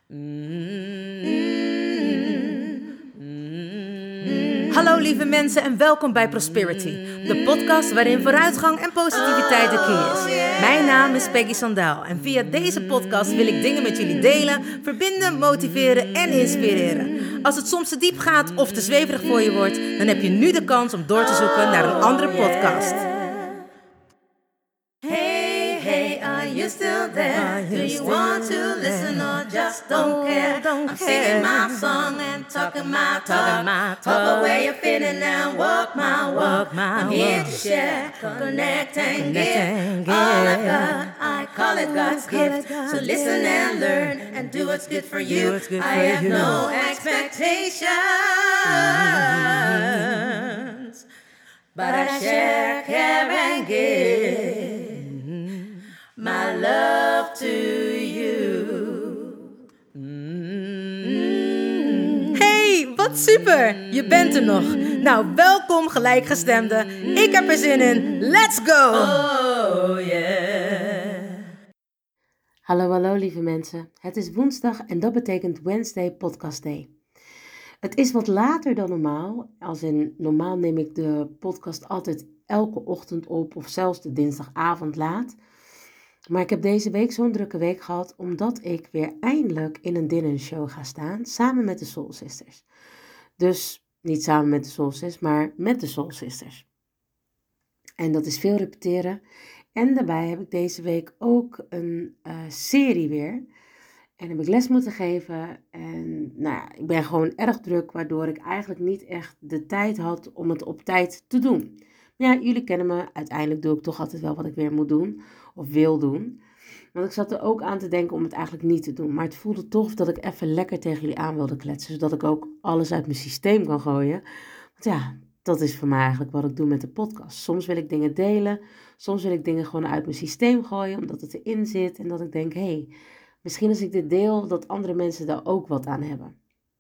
Hallo lieve mensen en welkom bij Prosperity, de podcast waarin vooruitgang en positiviteit de key is. Mijn naam is Peggy Sandaal en via deze podcast wil ik dingen met jullie delen, verbinden, motiveren en inspireren. Als het soms te diep gaat of te zweverig voor je wordt, dan heb je nu de kans om door te zoeken naar een andere podcast. Hey, are you still there? Do you want to listen or just don't care? I'm singing my song and talking my talk. Talk where you're feeling and walk my walk. I'm here to share, connect and give. All I've got, I call it God's gift. So listen and learn and do what's good for you. I have no expectations, but I share, care and give my love to you. Hey, wat super! Je bent er nog. Nou, welkom gelijkgestemden. Ik heb er zin in. Let's go! Oh yeah. Hallo lieve mensen. Het is woensdag en dat betekent Wednesday Podcast Day. Het is wat later dan normaal. Als in normaal neem ik de podcast altijd elke ochtend op of zelfs de dinsdagavond laat. Maar ik heb deze week zo'n drukke week gehad omdat ik weer eindelijk in een dinnershow ga staan samen met de Soul Sisters. Dus niet samen met de Soul Sisters, maar met de Soul Sisters. En dat is veel repeteren. En daarbij heb ik deze week ook een serie weer. En heb ik les moeten geven. En nou ja, ik ben gewoon erg druk, waardoor ik eigenlijk niet echt de tijd had om het op tijd te doen. Maar ja, jullie kennen me. Uiteindelijk doe ik toch altijd wel wat ik weer moet doen. Of wil doen. Want ik zat er ook aan te denken om het eigenlijk niet te doen. Maar het voelde toch dat ik even lekker tegen jullie aan wilde kletsen. Zodat ik ook alles uit mijn systeem kan gooien. Want ja, dat is voor mij eigenlijk wat ik doe met de podcast. Soms wil ik dingen delen. Soms wil ik dingen gewoon uit mijn systeem gooien. Omdat het erin zit. En dat ik denk, hé, misschien als ik dit deel, dat andere mensen daar ook wat aan hebben.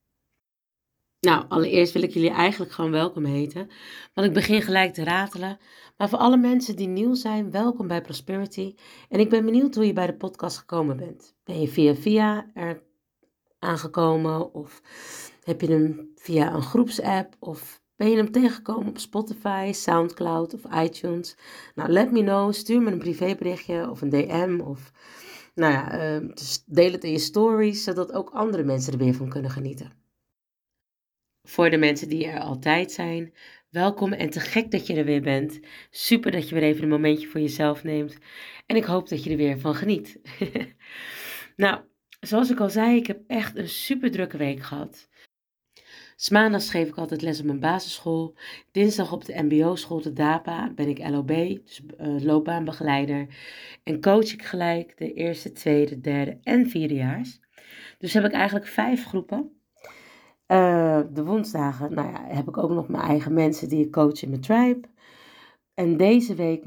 Nou, allereerst wil ik jullie eigenlijk gewoon welkom heten. Want ik begin gelijk te ratelen. Maar voor alle mensen die nieuw zijn, welkom bij Prosperity. En ik ben benieuwd hoe je bij de podcast gekomen bent. Ben je via er aangekomen? Of heb je hem via een groepsapp? Of ben je hem tegengekomen op Spotify, Soundcloud of iTunes? Nou, let me know. Stuur me een privéberichtje of een DM. Of nou ja, dus deel het in je stories, zodat ook andere mensen er weer van kunnen genieten. Voor de mensen die er altijd zijn, welkom en te gek dat je er weer bent. Super dat je weer even een momentje voor jezelf neemt. En ik hoop dat je er weer van geniet. Nou, zoals ik al zei, ik heb echt een super drukke week gehad. 'S Maandags geef ik altijd les op mijn basisschool. Dinsdag op de mbo-school de DAPA ben ik LOB, dus loopbaanbegeleider. En coach ik gelijk de eerste, tweede, derde en vierdejaars. Dus heb ik eigenlijk 5 groepen. De woensdagen heb ik ook nog mijn eigen mensen die ik coach in mijn tribe. En deze week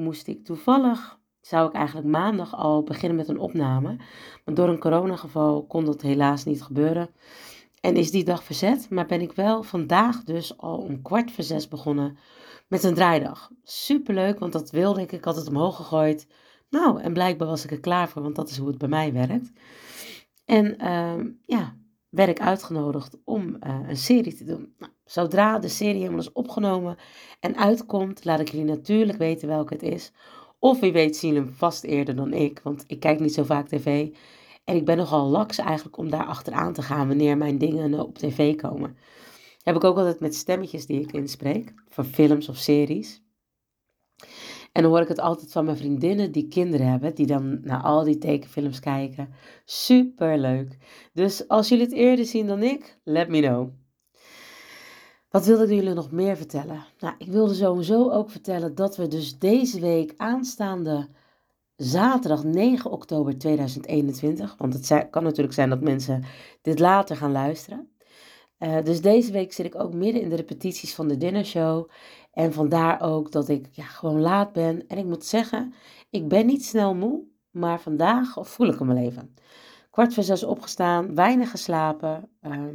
zou ik eigenlijk maandag al beginnen met een opname. Maar door een coronageval kon dat helaas niet gebeuren. En is die dag verzet, maar ben ik wel vandaag dus al om 5:15 begonnen met een draaidag. Superleuk, want dat wilde ik. Ik had het omhoog gegooid. Nou, en blijkbaar was ik er klaar voor, want dat is hoe het bij mij werkt. En werd ik uitgenodigd om een serie te doen. Nou, zodra de serie helemaal is opgenomen en uitkomt, laat ik jullie natuurlijk weten welke het is. Of wie weet zien jullie hem vast eerder dan ik, want ik kijk niet zo vaak tv. En ik ben nogal laks eigenlijk om daar achteraan te gaan wanneer mijn dingen op tv komen. Heb ik ook altijd met stemmetjes die ik inspreek, voor films of series. En dan hoor ik het altijd van mijn vriendinnen die kinderen hebben, die dan naar al die tekenfilms kijken. Super leuk. Dus als jullie het eerder zien dan ik, let me know. Wat wilde ik jullie nog meer vertellen? Nou, ik wilde sowieso ook vertellen dat we dus deze week aanstaande zaterdag 9 oktober 2021, want het kan natuurlijk zijn dat mensen dit later gaan luisteren. Dus deze week zit ik ook midden in de repetities van de dinnershow. En vandaar ook dat ik gewoon laat ben. En ik moet zeggen, ik ben niet snel moe, maar vandaag voel ik hem wel even. 5:15 opgestaan, weinig geslapen.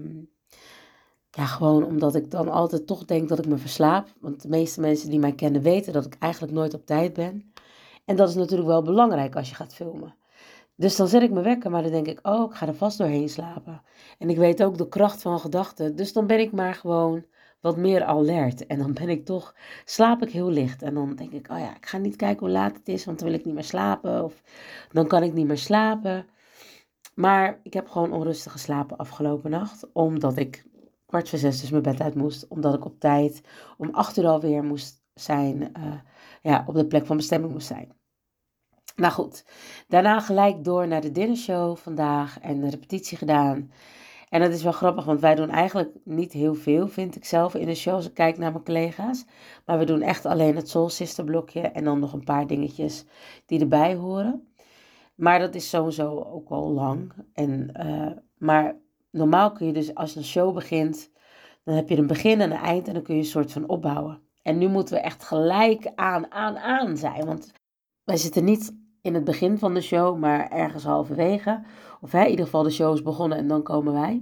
Gewoon omdat ik dan altijd toch denk dat ik me verslaap. Want de meeste mensen die mij kennen weten dat ik eigenlijk nooit op tijd ben. En dat is natuurlijk wel belangrijk als je gaat filmen. Dus dan zet ik mijn wekker, maar dan denk ik, oh, ik ga er vast doorheen slapen. En ik weet ook de kracht van gedachten. Dus dan ben ik maar gewoon wat meer alert. En dan slaap ik heel licht. En dan denk ik, oh ja, ik ga niet kijken hoe laat het is, want dan wil ik niet meer slapen. Of dan kan ik niet meer slapen. Maar ik heb gewoon onrustig geslapen afgelopen nacht. Omdat ik 5:45 dus mijn bed uit moest. Omdat ik op tijd om 8 uur alweer moest zijn. Op de plek van bestemming moest zijn. Nou goed, daarna gelijk door naar de dinnershow vandaag en de repetitie gedaan. En dat is wel grappig, want wij doen eigenlijk niet heel veel, vind ik zelf, in de show als ik kijk naar mijn collega's. Maar we doen echt alleen het Soul Sister blokje en dan nog een paar dingetjes die erbij horen. Maar dat is sowieso ook wel lang. Maar normaal kun je dus, als een show begint, dan heb je een begin en een eind en dan kun je een soort van opbouwen. En nu moeten we echt gelijk aan zijn, want wij zitten niet in het begin van de show, maar ergens halverwege. Of in ieder geval de show is begonnen en dan komen wij.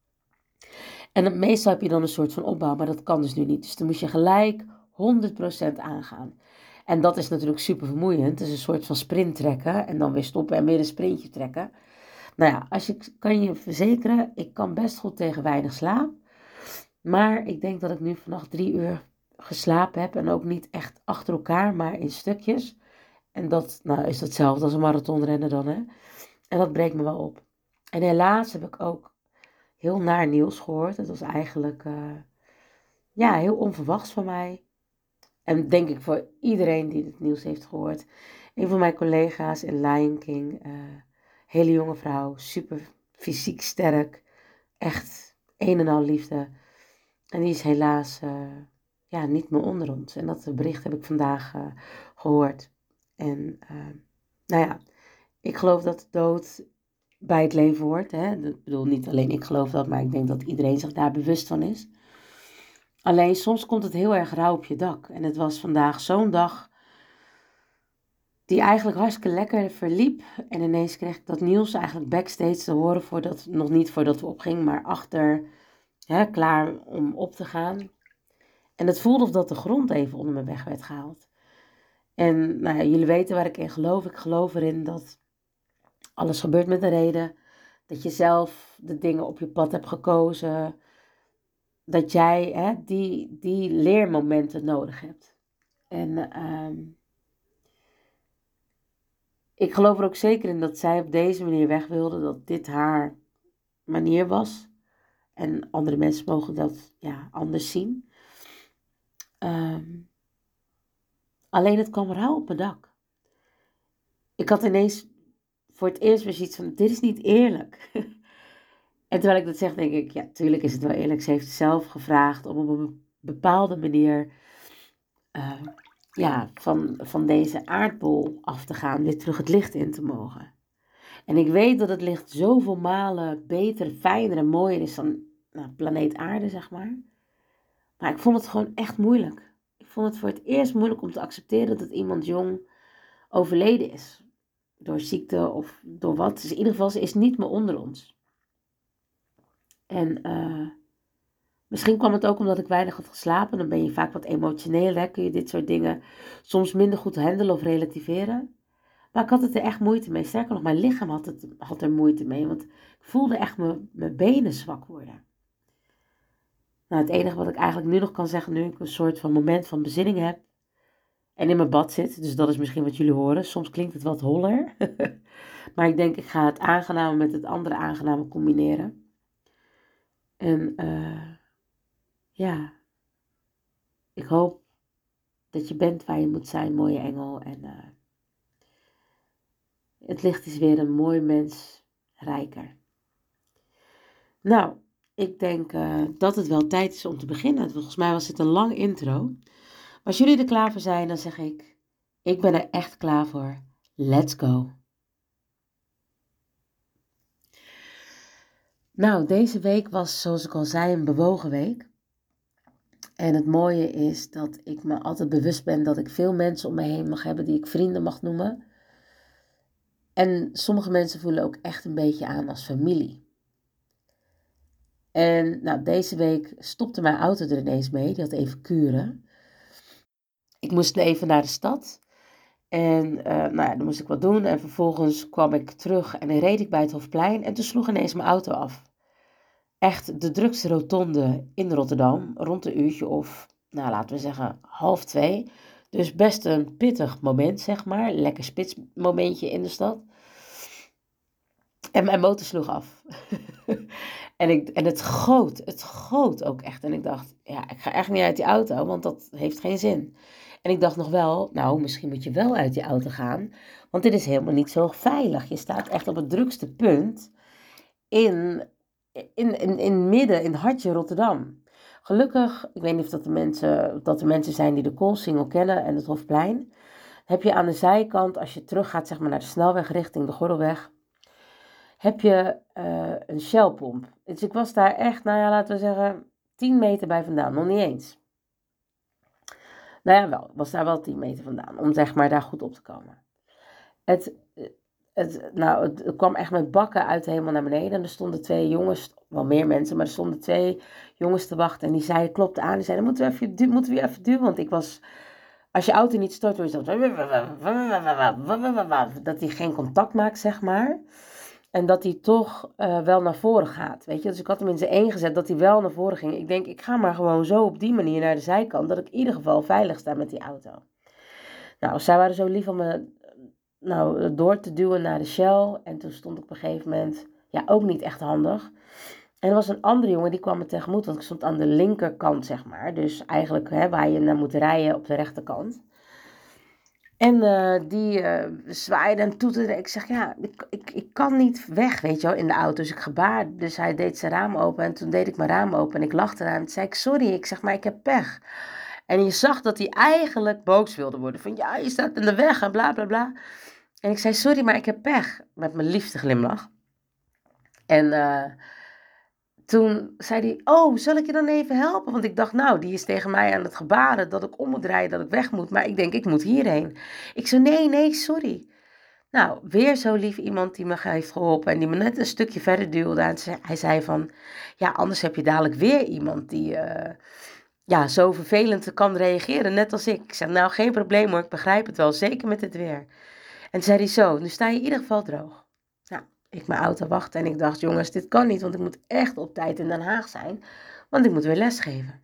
En meestal heb je dan een soort van opbouw, maar dat kan dus nu niet. Dus dan moet je gelijk 100% aangaan. En dat is natuurlijk super vermoeiend. Het is een soort van sprint trekken en dan weer stoppen en weer een sprintje trekken. Nou ja, kan je verzekeren, ik kan best goed tegen weinig slaap. Maar ik denk dat ik nu vannacht 3 uur geslapen heb en ook niet echt achter elkaar, maar in stukjes. En dat is hetzelfde als een marathonrennen dan, hè. En dat breekt me wel op. En helaas heb ik ook heel naar nieuws gehoord. Het was eigenlijk heel onverwachts van mij. En denk ik voor iedereen die het nieuws heeft gehoord. Een van mijn collega's in Lion King. Hele jonge vrouw. Super fysiek sterk. Echt een en al liefde. En die is helaas niet meer onder ons. En dat bericht heb ik vandaag gehoord. En ik geloof dat de dood bij het leven hoort. Hè? Ik bedoel, niet alleen ik geloof dat, maar ik denk dat iedereen zich daar bewust van is. Alleen soms komt het heel erg rauw op je dak. En het was vandaag zo'n dag die eigenlijk hartstikke lekker verliep. En ineens kreeg ik dat nieuws eigenlijk backstage te horen, nog niet voordat we opgingen, maar achter, klaar om op te gaan. En het voelde of dat de grond even onder me weg werd gehaald. En jullie weten waar ik in geloof. Ik geloof erin dat alles gebeurt met een reden. Dat je zelf de dingen op je pad hebt gekozen. Dat jij die leermomenten nodig hebt. En ik geloof er ook zeker in dat zij op deze manier weg wilde. Dat dit haar manier was. En andere mensen mogen dat anders zien. Alleen het kwam rauw op mijn dak. Ik had ineens voor het eerst weer zoiets van, dit is niet eerlijk. En terwijl ik dat zeg, denk ik, ja, tuurlijk is het wel eerlijk. Ze heeft het zelf gevraagd om op een bepaalde manier van deze aardbol af te gaan. Weer terug het licht in te mogen. En ik weet dat het licht zoveel malen beter, fijner en mooier is dan planeet aarde, zeg maar. Maar ik vond het gewoon echt moeilijk. Ik vond het voor het eerst moeilijk om te accepteren dat iemand jong overleden is. Door ziekte of door wat. Dus in ieder geval, ze is niet meer onder ons. En misschien kwam het ook omdat ik weinig had geslapen. Dan ben je vaak wat emotioneel. Kun je dit soort dingen soms minder goed handelen of relativeren. Maar ik had het er echt moeite mee. Sterker nog, mijn lichaam had er moeite mee. Want ik voelde echt mijn benen zwak worden. Nou, het enige wat ik eigenlijk nu nog kan zeggen, nu ik een soort van moment van bezinning heb. En in mijn bad zit. Dus dat is misschien wat jullie horen. Soms klinkt het wat holler. Maar ik denk, ik ga het aangename met het andere aangename combineren. En ik hoop dat je bent waar je moet zijn, mooie engel. En het licht is weer een mooi mens rijker. Nou, ik denk dat het wel tijd is om te beginnen. Volgens mij was het een lang intro. Als jullie er klaar voor zijn, dan zeg ik ben er echt klaar voor. Let's go. Nou, deze week was, zoals ik al zei, een bewogen week. En het mooie is dat ik me altijd bewust ben dat ik veel mensen om me heen mag hebben die ik vrienden mag noemen. En sommige mensen voelen ook echt een beetje aan als familie. En deze week stopte mijn auto er ineens mee. Die had even kuren. Ik moest even naar de stad. En nou ja, dan moest ik wat doen. En vervolgens kwam ik terug en dan reed ik bij het Hofplein. En toen sloeg ineens mijn auto af. Echt de drukste rotonde in Rotterdam. Rond een uurtje of, nou laten we zeggen, 1:30. Dus best een pittig moment, zeg maar. Lekker spitsmomentje in de stad. En mijn motor sloeg af. en het goot ook echt. En ik dacht, ja, ik ga echt niet uit die auto, want dat heeft geen zin. En ik dacht nog wel, nou, misschien moet je wel uit die auto gaan. Want dit is helemaal niet zo veilig. Je staat echt op het drukste punt in midden, in het hartje Rotterdam. Gelukkig, ik weet niet of dat de mensen zijn die de Koolsingel kennen en het Hofplein. Heb je aan de zijkant, als je terug gaat zeg maar, naar de snelweg richting de Gordelweg, heb je een Shell-pomp. Dus ik was daar echt, nou ja, laten we zeggen, 10 meter bij vandaan. Nog niet eens. Nou ja, wel. Ik was daar wel 10 meter vandaan. Om zeg maar daar goed op te komen. Het kwam echt met bakken uit helemaal naar beneden. En er stonden 2 jongens, wel meer mensen, maar er stonden 2 jongens te wachten. En die zeiden, klopte aan. Die zeiden, moeten we even duwen? Want ik was, als je auto niet start, hoor je dat die geen contact maakt, zeg maar. En dat hij toch wel naar voren gaat, weet je. Dus ik had hem in zijn 1 gezet, dat hij wel naar voren ging. Ik denk, ik ga maar gewoon zo op die manier naar de zijkant, dat ik in ieder geval veilig sta met die auto. Nou, zij waren zo lief om me door te duwen naar de Shell. En toen stond ik op een gegeven moment, ja, ook niet echt handig. En er was een andere jongen, die kwam me tegemoet, want ik stond aan de linkerkant, zeg maar. Dus eigenlijk waar je naar moet rijden op de rechterkant. En die zwaaide en toeterde. Ik zeg, ja, ik kan niet weg, weet je wel, in de auto. Dus ik gebaarde. Dus hij deed zijn raam open. En toen deed ik mijn raam open. En ik lachte naar hem. Toen zei ik, sorry. Ik zeg, maar ik heb pech. En je zag dat hij eigenlijk boos wilde worden. Van, ja, je staat in de weg en bla, bla, bla. En ik zei, sorry, maar ik heb pech. Met mijn liefste glimlach. En toen zei hij, oh, zal ik je dan even helpen? Want ik dacht, nou, die is tegen mij aan het gebaren dat ik om moet rijden, dat ik weg moet. Maar ik denk, ik moet hierheen. Ik zei, nee, sorry. Nou, weer zo lief iemand die me heeft geholpen en die me net een stukje verder duwde. En hij zei van, ja, anders heb je dadelijk weer iemand die zo vervelend kan reageren, net als ik. Ik zei, nou, geen probleem hoor, ik begrijp het wel, zeker met het weer. En toen zei hij zo, nu sta je in ieder geval droog. Nou, ik mijn auto wachtte en ik dacht, jongens, dit kan niet, want ik moet echt op tijd in Den Haag zijn, want ik moet weer lesgeven.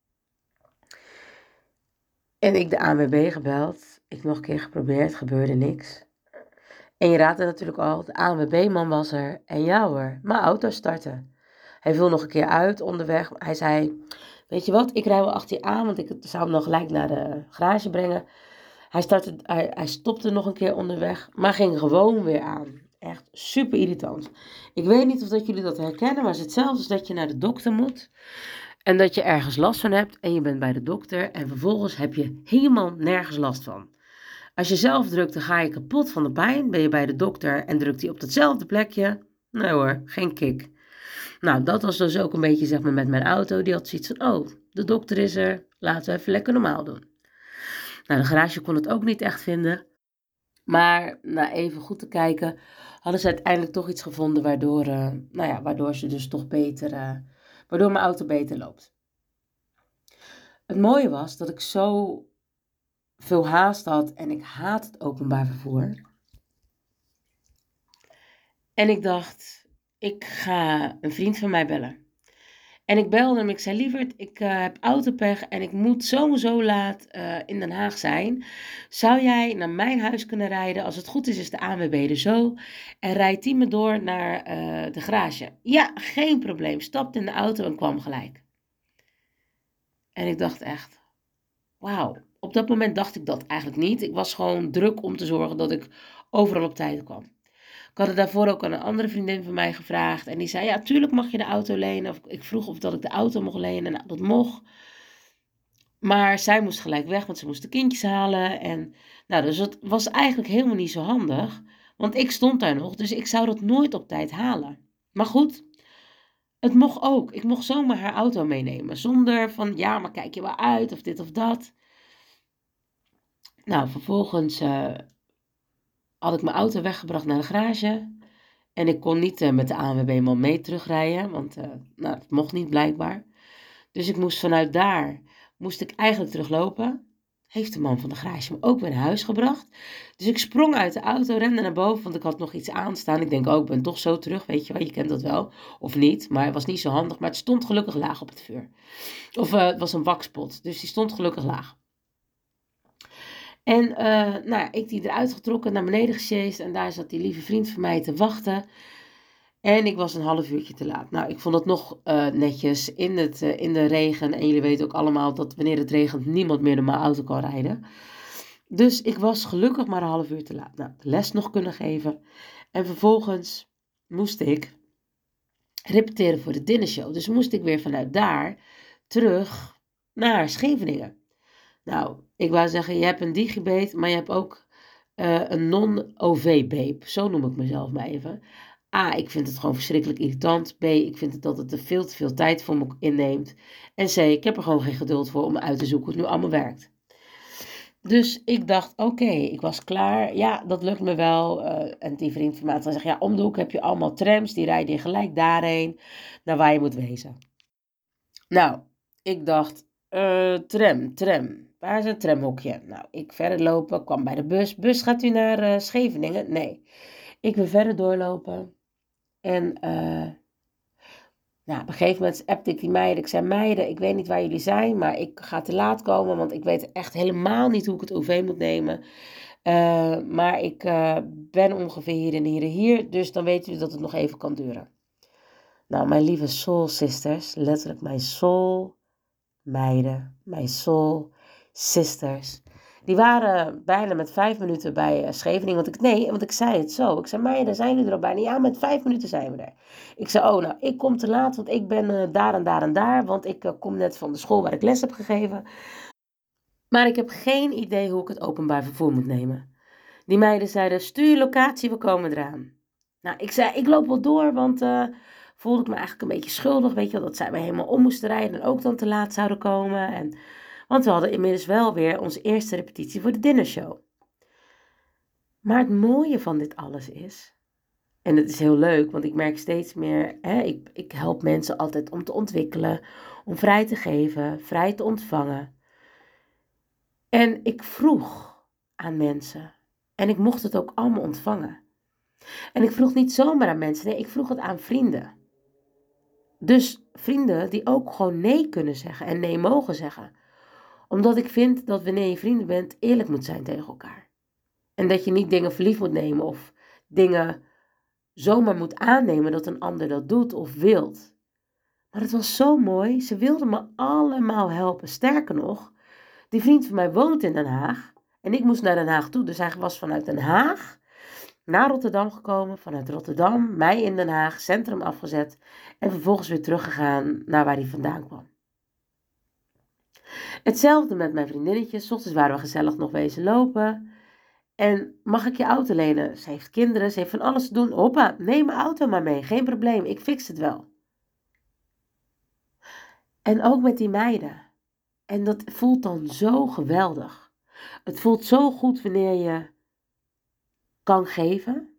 En ik de ANWB gebeld, ik nog een keer geprobeerd, gebeurde niks. En je raadt het natuurlijk al, de ANWB-man was er en ja hoor, mijn auto startte. Hij viel nog een keer uit onderweg, hij zei, weet je wat, ik rij wel achter je aan, want ik zou hem nog gelijk naar de garage brengen. Hij stopte nog een keer onderweg, maar ging gewoon weer aan. Echt super irritant. Ik weet niet of dat jullie dat herkennen, maar het is hetzelfde als dat je naar de dokter moet. En dat je ergens last van hebt en je bent bij de dokter en vervolgens heb je helemaal nergens last van. Als je zelf drukt, dan ga je kapot van de pijn. Ben je bij de dokter en drukt hij op datzelfde plekje? Nee hoor, geen kick. Nou, dat was dus ook een beetje zeg maar met mijn auto. Die had zoiets van, oh, de dokter is er, laten we even lekker normaal doen. Nou, de garage kon het ook niet echt vinden. Maar na even goed te kijken, hadden ze uiteindelijk toch iets gevonden waardoor ze dus toch waardoor mijn auto beter loopt. Het mooie was dat ik zo veel haast had en ik haat het openbaar vervoer. En ik dacht, ik ga een vriend van mij bellen. En ik belde hem, ik zei, lieverd, ik heb autopech en ik moet zo laat in Den Haag zijn. Zou jij naar mijn huis kunnen rijden? Als het goed is de ANWB er zo. En rijdt die me door naar de garage. Ja, geen probleem. Stapte in de auto en kwam gelijk. En ik dacht echt, wauw. Op dat moment dacht ik dat eigenlijk niet. Ik was gewoon druk om te zorgen dat ik overal op tijd kwam. Ik had het daarvoor ook aan een andere vriendin van mij gevraagd. En die zei, ja, tuurlijk mag je de auto lenen. Of ik vroeg of dat ik de auto mocht lenen. Nou, dat mocht. Maar zij moest gelijk weg, want ze moest de kindjes halen. En, nou, dus het was eigenlijk helemaal niet zo handig. Want ik stond daar nog, dus ik zou dat nooit op tijd halen. Maar goed, het mocht ook. Ik mocht zomaar haar auto meenemen. Zonder van, ja, maar kijk je wel uit of dit of dat. Nou, vervolgens had ik mijn auto weggebracht naar de garage. En ik kon niet met de ANWB-man mee terugrijden, want het mocht niet blijkbaar. Dus ik moest vanuit daar, eigenlijk teruglopen. heeft de man van de garage me ook weer naar huis gebracht. Dus ik sprong uit de auto, rende naar boven, want ik had nog iets aanstaan. Ik denk, ik ben toch zo terug, weet je wel, je kent dat wel. Of niet, maar het was niet zo handig. Maar het stond gelukkig laag op het vuur. Of het was een wakspot, dus die stond gelukkig laag. En ik die eruit getrokken, naar beneden gesjeest. En daar zat die lieve vriend van mij te wachten. En ik was een half uurtje te laat. Nou, ik vond het nog netjes in de regen. En jullie weten ook allemaal dat wanneer het regent niemand meer door mijn auto kan rijden. Dus ik was gelukkig maar een half uur te laat. Nou, de les nog kunnen geven. En vervolgens moest ik repeteren voor de dinnershow. Dus moest ik weer vanuit daar terug naar Scheveningen. Nou, ik wou zeggen, je hebt een digibeet, maar je hebt ook een non-OV-beep. Zo noem ik mezelf maar even. A, ik vind het gewoon verschrikkelijk irritant. B, ik vind het dat het veel te veel tijd voor me inneemt. En C, ik heb er gewoon geen geduld voor om uit te zoeken hoe het nu allemaal werkt. Dus ik dacht, oké, ik was klaar. Ja, dat lukt me wel. En die vriend van mij zei, ja, om de hoek heb je allemaal trams. Die rijden je gelijk daarheen naar waar je moet wezen. Nou, ik dacht, tram. Waar is een tramhokje? Nou, ik verder lopen, kwam bij de bus. Bus, gaat u naar Scheveningen? Nee. Ik wil verder doorlopen. En op een gegeven moment appte ik die meiden. Ik zei, meiden, ik weet niet waar jullie zijn, maar ik ga te laat komen, want ik weet echt helemaal niet hoe ik het OV moet nemen. Maar ik ben ongeveer hier en hier, dus dan weten jullie dat het nog even kan duren. Nou, mijn lieve soul sisters, letterlijk mijn soul meiden, mijn soul sisters. Die waren bijna met 5 minuten bij Scheveningen. Want ik zei het zo. Ik zei, meiden, zijn jullie er al bijna? Ja, met 5 minuten zijn we er. Ik zei, ik kom te laat, want ik ben daar en daar en daar. Want ik kom net van de school waar ik les heb gegeven. Maar ik heb geen idee hoe ik het openbaar vervoer moet nemen. Die meiden zeiden, stuur je locatie, we komen eraan. Nou, ik zei, ik loop wel door, want voelde ik me eigenlijk een beetje schuldig. Weet je wel, dat zij weer helemaal om moesten rijden en ook dan te laat zouden komen. Want we hadden inmiddels wel weer onze eerste repetitie voor de dinnershow. Maar het mooie van dit alles is, en het is heel leuk, want ik merk steeds meer, ik help mensen altijd om te ontwikkelen, om vrij te geven, vrij te ontvangen. En ik vroeg aan mensen, en ik mocht het ook allemaal ontvangen. En ik vroeg niet zomaar aan mensen, nee, ik vroeg het aan vrienden. Dus vrienden die ook gewoon nee kunnen zeggen en nee mogen zeggen. Omdat ik vind dat wanneer je vrienden bent, eerlijk moet zijn tegen elkaar. En dat je niet dingen voor lief moet nemen of dingen zomaar moet aannemen dat een ander dat doet of wilt. Maar het was zo mooi, ze wilden me allemaal helpen. Sterker nog, die vriend van mij woont in Den Haag en ik moest naar Den Haag toe. Dus hij was vanuit Den Haag naar Rotterdam gekomen, vanuit Rotterdam, mij in Den Haag, centrum afgezet en vervolgens weer teruggegaan naar waar hij vandaan kwam. Hetzelfde met mijn vriendinnetjes. 's Ochtends waren we gezellig nog wezen lopen. En mag ik je auto lenen? Ze heeft kinderen, ze heeft van alles te doen. Hoppa, neem mijn auto maar mee. Geen probleem, ik fix het wel. En ook met die meiden. En dat voelt dan zo geweldig. Het voelt zo goed wanneer je kan geven,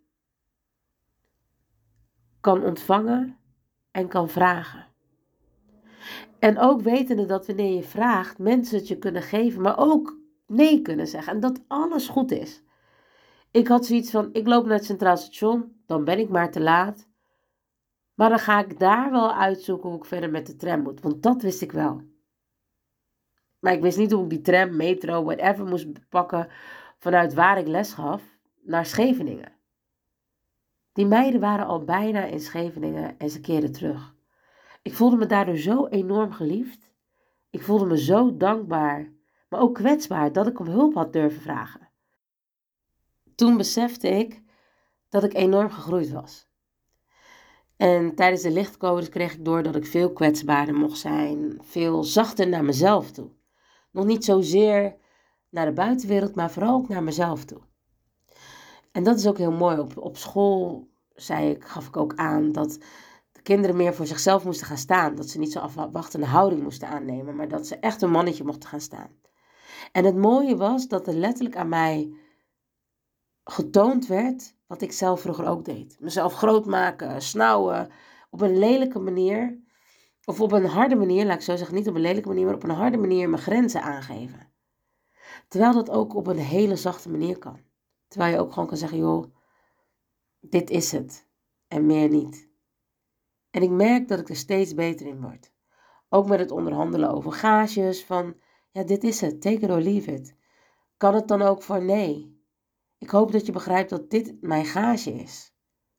kan ontvangen en kan vragen. En ook wetende dat wanneer je vraagt, mensen het je kunnen geven, maar ook nee kunnen zeggen. En dat alles goed is. Ik had zoiets van, ik loop naar het Centraal Station, dan ben ik maar te laat. Maar dan ga ik daar wel uitzoeken hoe ik verder met de tram moet, want dat wist ik wel. Maar ik wist niet hoe ik die tram, metro, whatever moest pakken vanuit waar ik les gaf naar Scheveningen. Die meiden waren al bijna in Scheveningen en ze keerden terug. Ik voelde me daardoor zo enorm geliefd. Ik voelde me zo dankbaar, maar ook kwetsbaar dat ik om hulp had durven vragen. Toen besefte ik dat ik enorm gegroeid was. En tijdens de lichtcodes kreeg ik door dat ik veel kwetsbaarder mocht zijn, veel zachter naar mezelf toe. Nog niet zozeer naar de buitenwereld, maar vooral ook naar mezelf toe. En dat is ook heel mooi. Op school gaf ik ook aan dat de kinderen meer voor zichzelf moesten gaan staan. Dat ze niet zo afwachtende houding moesten aannemen, maar dat ze echt een mannetje mochten gaan staan. En het mooie was dat er letterlijk aan mij getoond werd wat ik zelf vroeger ook deed. Mezelf groot maken, snauwen, op een lelijke manier, of op een harde manier, laat ik zo zeggen, niet op een lelijke manier, maar op een harde manier mijn grenzen aangeven. Terwijl dat ook op een hele zachte manier kan. Terwijl je ook gewoon kan zeggen, joh, dit is het. En meer niet. En ik merk dat ik er steeds beter in word. Ook met het onderhandelen over gages van, ja, dit is het, take it or leave it. Kan het dan ook voor nee? Ik hoop dat je begrijpt dat dit mijn gage is.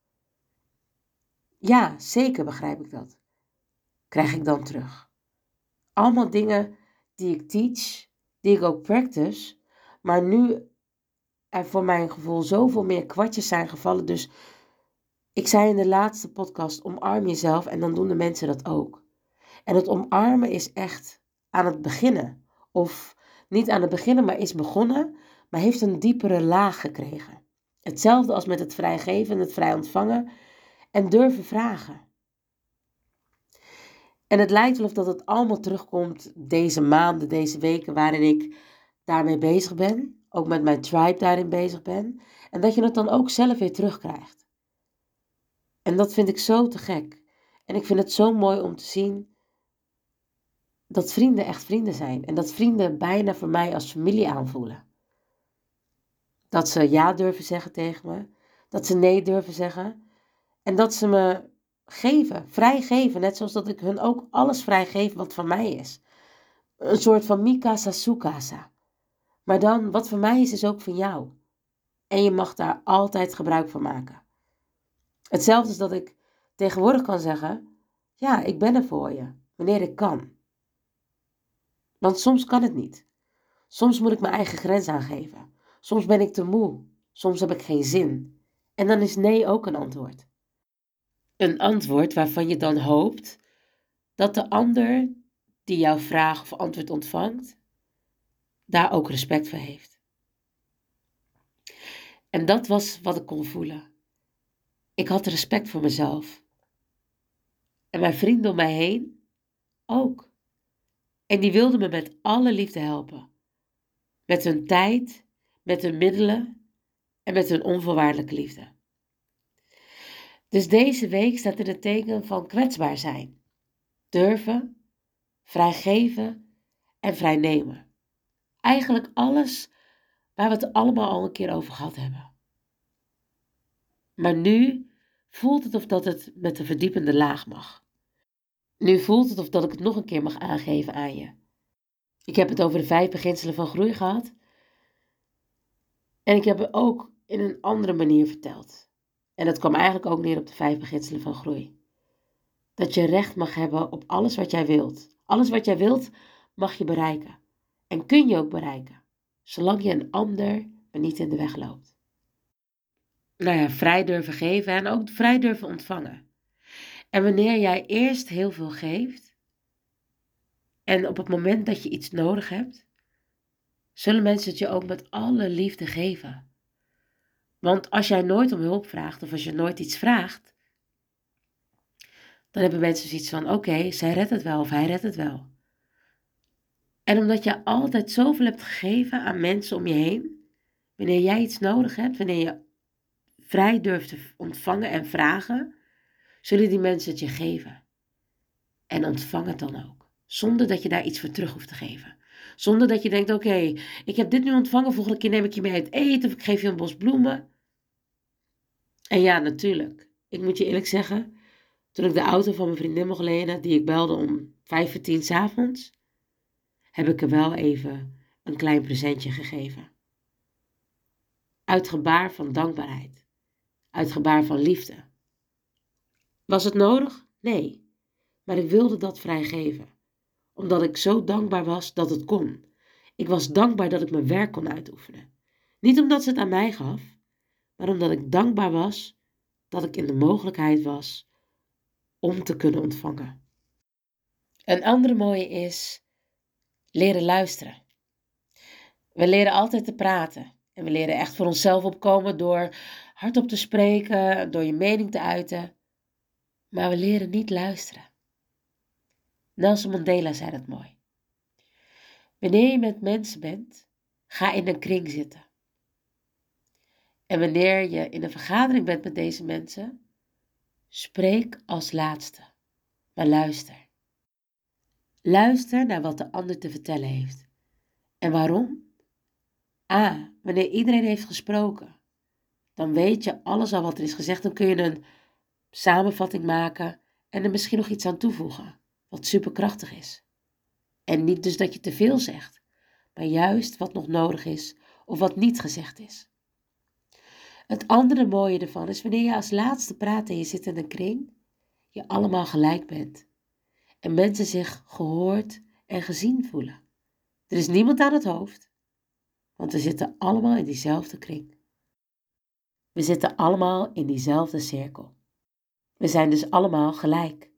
Ja, zeker begrijp ik dat. Krijg ik dan terug. Allemaal dingen die ik teach, die ik ook practice, maar nu er voor mijn gevoel zoveel meer kwartjes zijn gevallen. Dus ik zei in de laatste podcast, omarm jezelf en dan doen de mensen dat ook. En het omarmen is echt aan het beginnen. Of niet aan het beginnen, maar is begonnen, maar heeft een diepere laag gekregen. Hetzelfde als met het vrijgeven en het vrij ontvangen en durven vragen. En het lijkt wel of dat het allemaal terugkomt deze maanden, deze weken waarin ik daarmee bezig ben. Ook met mijn tribe daarin bezig ben. En dat je het dan ook zelf weer terugkrijgt. En dat vind ik zo te gek. En ik vind het zo mooi om te zien dat vrienden echt vrienden zijn. En dat vrienden bijna voor mij als familie aanvoelen. Dat ze ja durven zeggen tegen me. Dat ze nee durven zeggen. En dat ze me geven, vrijgeven. Net zoals dat ik hun ook alles vrijgeef wat van mij is. Een soort van mikasa sukasa. Maar dan, wat van mij is ook van jou. En je mag daar altijd gebruik van maken. Hetzelfde is dat ik tegenwoordig kan zeggen, ja, ik ben er voor je, wanneer ik kan. Want soms kan het niet. Soms moet ik mijn eigen grens aangeven. Soms ben ik te moe. Soms heb ik geen zin. En dan is nee ook een antwoord. Een antwoord waarvan je dan hoopt dat de ander die jouw vraag of antwoord ontvangt, daar ook respect voor heeft. En dat was wat ik kon voelen. Ik had respect voor mezelf. En mijn vrienden om mij heen ook. En die wilden me met alle liefde helpen. Met hun tijd, met hun middelen en met hun onvoorwaardelijke liefde. Dus deze week staat in het teken van kwetsbaar zijn. Durven, vrijgeven en vrijnemen. Eigenlijk alles waar we het allemaal al een keer over gehad hebben. Maar nu voelt het of dat het met een verdiepende laag mag. Nu voelt het of dat ik het nog een keer mag aangeven aan je. Ik heb het over de 5 beginselen van groei gehad. En ik heb het ook in een andere manier verteld. En dat kwam eigenlijk ook neer op de 5 beginselen van groei. Dat je recht mag hebben op alles wat jij wilt. Alles wat jij wilt mag je bereiken. En kun je ook bereiken. Zolang je een ander er niet in de weg loopt. Nou ja, vrij durven geven en ook vrij durven ontvangen. En wanneer jij eerst heel veel geeft en op het moment dat je iets nodig hebt, zullen mensen het je ook met alle liefde geven. Want als jij nooit om hulp vraagt of als je nooit iets vraagt, dan hebben mensen zoiets van, oké, zij redt het wel of hij redt het wel. En omdat je altijd zoveel hebt gegeven aan mensen om je heen, wanneer jij iets nodig hebt, wanneer je vrij durft te ontvangen en vragen, zullen die mensen het je geven. En ontvang het dan ook. Zonder dat je daar iets voor terug hoeft te geven. Zonder dat je denkt, oké, ik heb dit nu ontvangen, volgende keer neem ik je mee uit eten of ik geef je een bos bloemen. En ja, natuurlijk. Ik moet je eerlijk zeggen, toen ik de auto van mijn vriendin mocht lenen, die ik belde om 9:55 's avonds, heb ik er wel even een klein presentje gegeven. Uit gebaar van dankbaarheid. Uit gebaar van liefde. Was het nodig? Nee. Maar ik wilde dat vrijgeven. Omdat ik zo dankbaar was dat het kon. Ik was dankbaar dat ik mijn werk kon uitoefenen. Niet omdat ze het aan mij gaf, maar omdat ik dankbaar was dat ik in de mogelijkheid was om te kunnen ontvangen. Een andere mooie is leren luisteren. We leren altijd te praten. En we leren echt voor onszelf opkomen door hardop te spreken, door je mening te uiten. Maar we leren niet luisteren. Nelson Mandela zei dat mooi. Wanneer je met mensen bent, ga in een kring zitten. En wanneer je in een vergadering bent met deze mensen, spreek als laatste, maar luister. Luister naar wat de ander te vertellen heeft. En waarom? Wanneer iedereen heeft gesproken, dan weet je alles al wat er is gezegd. Dan kun je een samenvatting maken en er misschien nog iets aan toevoegen, wat superkrachtig is. En niet dus dat je te veel zegt, maar juist wat nog nodig is of wat niet gezegd is. Het andere mooie ervan is wanneer je als laatste praat en je zit in een kring, je allemaal gelijk bent. En mensen zich gehoord en gezien voelen. Er is niemand aan het hoofd, want we zitten allemaal in diezelfde kring. We zitten allemaal in diezelfde cirkel. We zijn dus allemaal gelijk.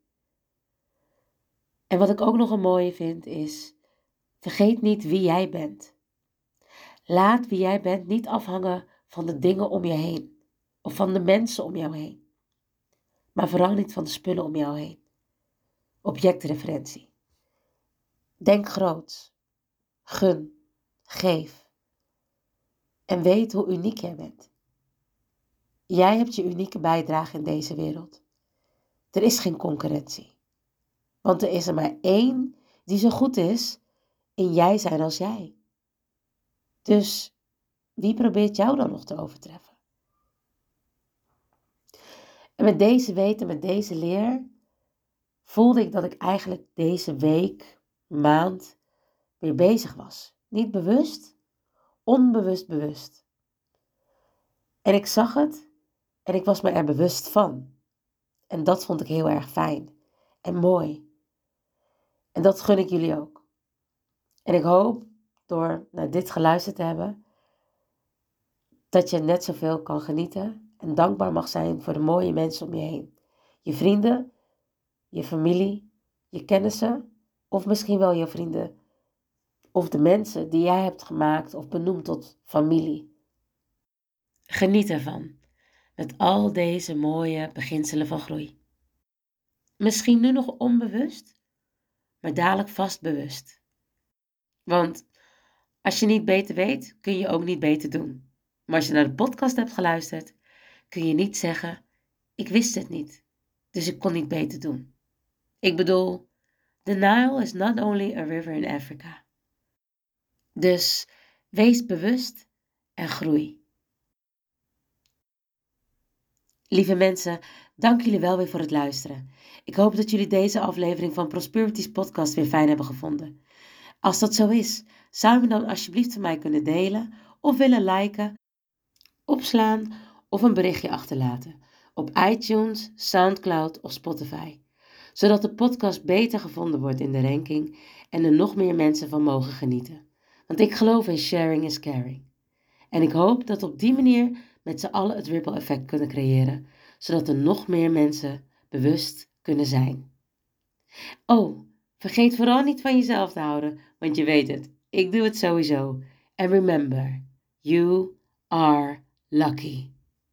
En wat ik ook nog een mooie vind is, vergeet niet wie jij bent. Laat wie jij bent niet afhangen van de dingen om je heen of van de mensen om jou heen. Maar vooral niet van de spullen om jou heen. Objectreferentie. Denk groots. Gun. Geef. En weet hoe uniek jij bent. Jij hebt je unieke bijdrage in deze wereld. Er is geen concurrentie. Want er is er maar één die zo goed is in jij zijn als jij. Dus wie probeert jou dan nog te overtreffen? En met deze weten, met deze leer, voelde ik dat ik eigenlijk deze week, maand, weer bezig was. Niet bewust, onbewust bewust. En ik zag het en ik was me er bewust van. En dat vond ik heel erg fijn en mooi. En dat gun ik jullie ook. En ik hoop, door naar dit geluisterd te hebben, dat je net zoveel kan genieten en dankbaar mag zijn voor de mooie mensen om je heen. Je vrienden, je familie, je kennissen of misschien wel je vrienden of de mensen die jij hebt gemaakt of benoemd tot familie. Geniet ervan, met al deze mooie beginselen van groei. Misschien nu nog onbewust, maar dadelijk vast bewust. Want als je niet beter weet, kun je ook niet beter doen. Maar als je naar de podcast hebt geluisterd, kun je niet zeggen, ik wist het niet, dus ik kon niet beter doen. Ik bedoel, the Nile is not only a river in Africa. Dus wees bewust en groei. Lieve mensen, dank jullie wel weer voor het luisteren. Ik hoop dat jullie deze aflevering van Prosperity's podcast weer fijn hebben gevonden. Als dat zo is, zou je me dan alsjeblieft van mij kunnen delen of willen liken, opslaan of een berichtje achterlaten op iTunes, Soundcloud of Spotify, zodat de podcast beter gevonden wordt in de ranking en er nog meer mensen van mogen genieten. Want ik geloof in sharing is caring. En ik hoop dat we op die manier met z'n allen het ripple effect kunnen creëren, zodat er nog meer mensen bewust kunnen zijn. Oh, vergeet vooral niet van jezelf te houden, want je weet het, ik doe het sowieso. And remember, you are lucky.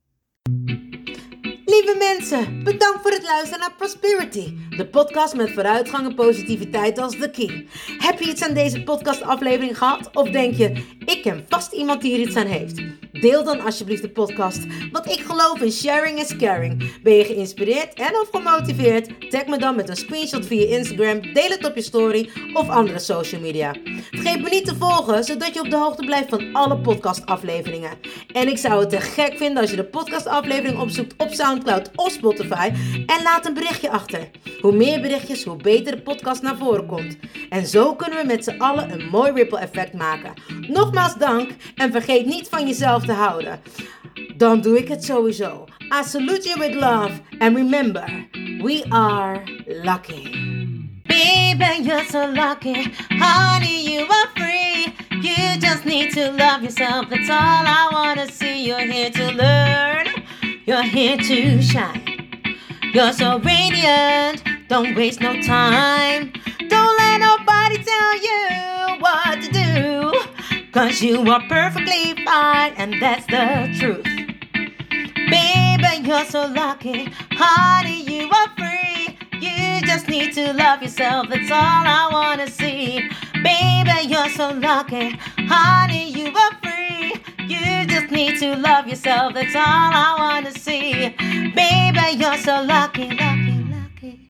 Lieve mensen, bedankt voor het luisteren naar Prosperity, de podcast met vooruitgang en positiviteit als the key. Heb je iets aan deze podcastaflevering gehad of denk je, ik ken vast iemand die er iets aan heeft? Deel dan alsjeblieft de podcast, want ik geloof in sharing is caring. Ben je geïnspireerd en of gemotiveerd? Tag me dan met een screenshot via Instagram, deel het op je story of andere social media. Vergeet me niet te volgen, zodat je op de hoogte blijft van alle podcastafleveringen. En ik zou het te gek vinden als je de podcastaflevering opzoekt op Soundcloud of Spotify en laat een berichtje achter. Hoe meer berichtjes, hoe beter de podcast naar voren komt. En zo kunnen we met z'n allen een mooi ripple effect maken. Nogmaals dank en vergeet niet van jezelf te houden. Dan doe ik het sowieso. I salute you with love and remember, we are lucky. Baby, you're so lucky. Honey, you are free. You just need to love yourself. That's all I wanna see. You're here to learn. You're here to shine. You're so radiant. Don't waste no time. Don't let nobody tell you what to do. 'Cause you are perfectly fine. And that's the truth. Baby, you're so lucky. Honey, you are free. You just need to love yourself. That's all I wanna see. Baby, you're so lucky. Honey, you are free. You just need to love yourself. That's all I wanna see. Baby, you're so lucky, lucky.